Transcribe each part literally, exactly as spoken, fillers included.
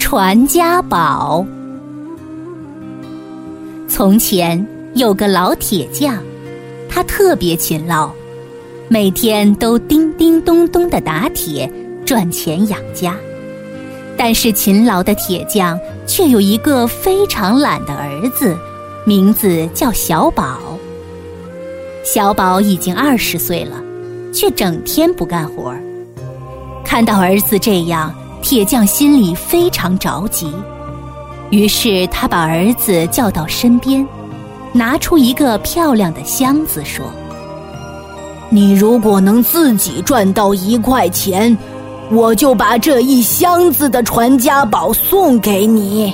传家宝。从前有个老铁匠，他特别勤劳，每天都叮叮咚咚地打铁，赚钱养家。但是勤劳的铁匠却有一个非常懒的儿子，名字叫小宝。小宝已经二十岁了，却整天不干活。看到儿子这样，铁匠心里非常着急，于是他把儿子叫到身边，拿出一个漂亮的箱子说： 你如果能自己赚到一块钱，我就把这一箱子的传家宝送给你。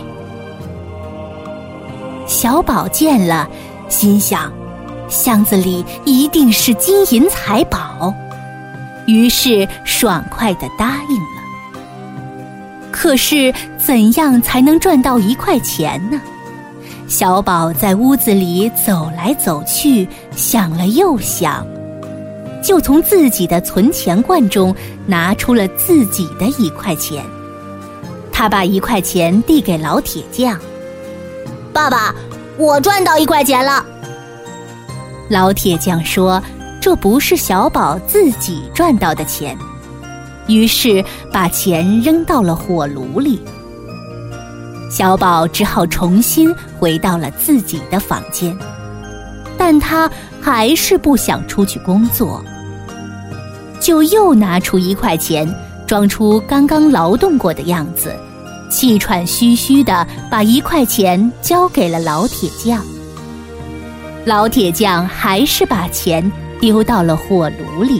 小宝见了，心想箱子里一定是金银财宝，于是爽快地答应了。可是怎样才能赚到一块钱呢？小宝在屋子里走来走去，想了又想，就从自己的存钱罐中拿出了自己的一块钱。他把一块钱递给老铁匠： 爸爸，我赚到一块钱了。 老铁匠说这不是小宝自己赚到的钱，于是把钱扔到了火炉里。小宝只好重新回到了自己的房间，但他还是不想出去工作，就又拿出一块钱，装出刚刚劳动过的样子，气喘吁吁地把一块钱交给了老铁匠。老铁匠还是把钱丢到了火炉里。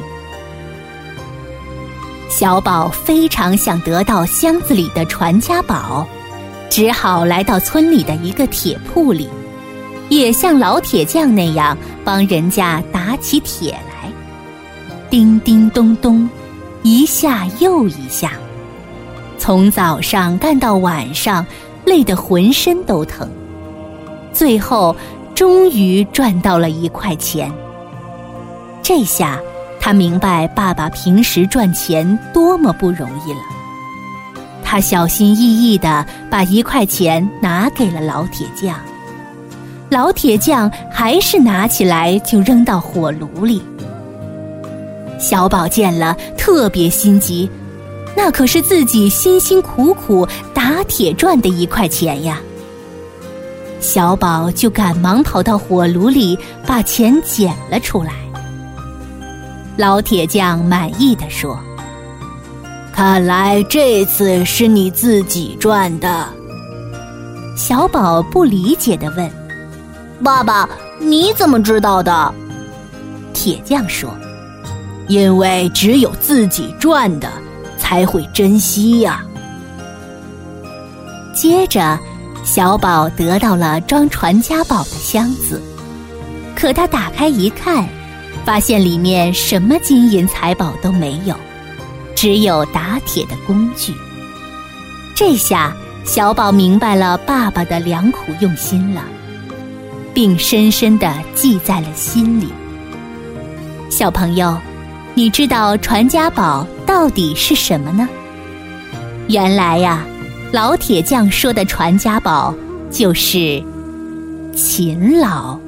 小宝非常想得到箱子里的传家宝，只好来到村里的一个铁铺里，也像老铁匠那样帮人家打起铁来。叮叮咚咚，一下又一下，从早上干到晚上，累得浑身都疼。最后终于赚到了一块钱。这下他明白爸爸平时赚钱多么不容易了。他小心翼翼地把一块钱拿给了老铁匠，老铁匠还是拿起来就扔到火炉里。小宝见了特别心急，那可是自己辛辛苦苦打铁赚的一块钱呀。小宝就赶忙跑到火炉里把钱捡了出来。老铁匠满意地说： 看来这次是你自己赚的。 小宝不理解地问： 爸爸，你怎么知道的？ 铁匠说： 因为只有自己赚的才会珍惜呀。 接着小宝得到了装传家宝的箱子，可他打开一看，发现里面什么金银财宝都没有，只有打铁的工具。这下小宝明白了爸爸的良苦用心了，并深深地记在了心里。小朋友，你知道传家宝到底是什么呢？原来呀，老铁匠说的传家宝就是勤劳。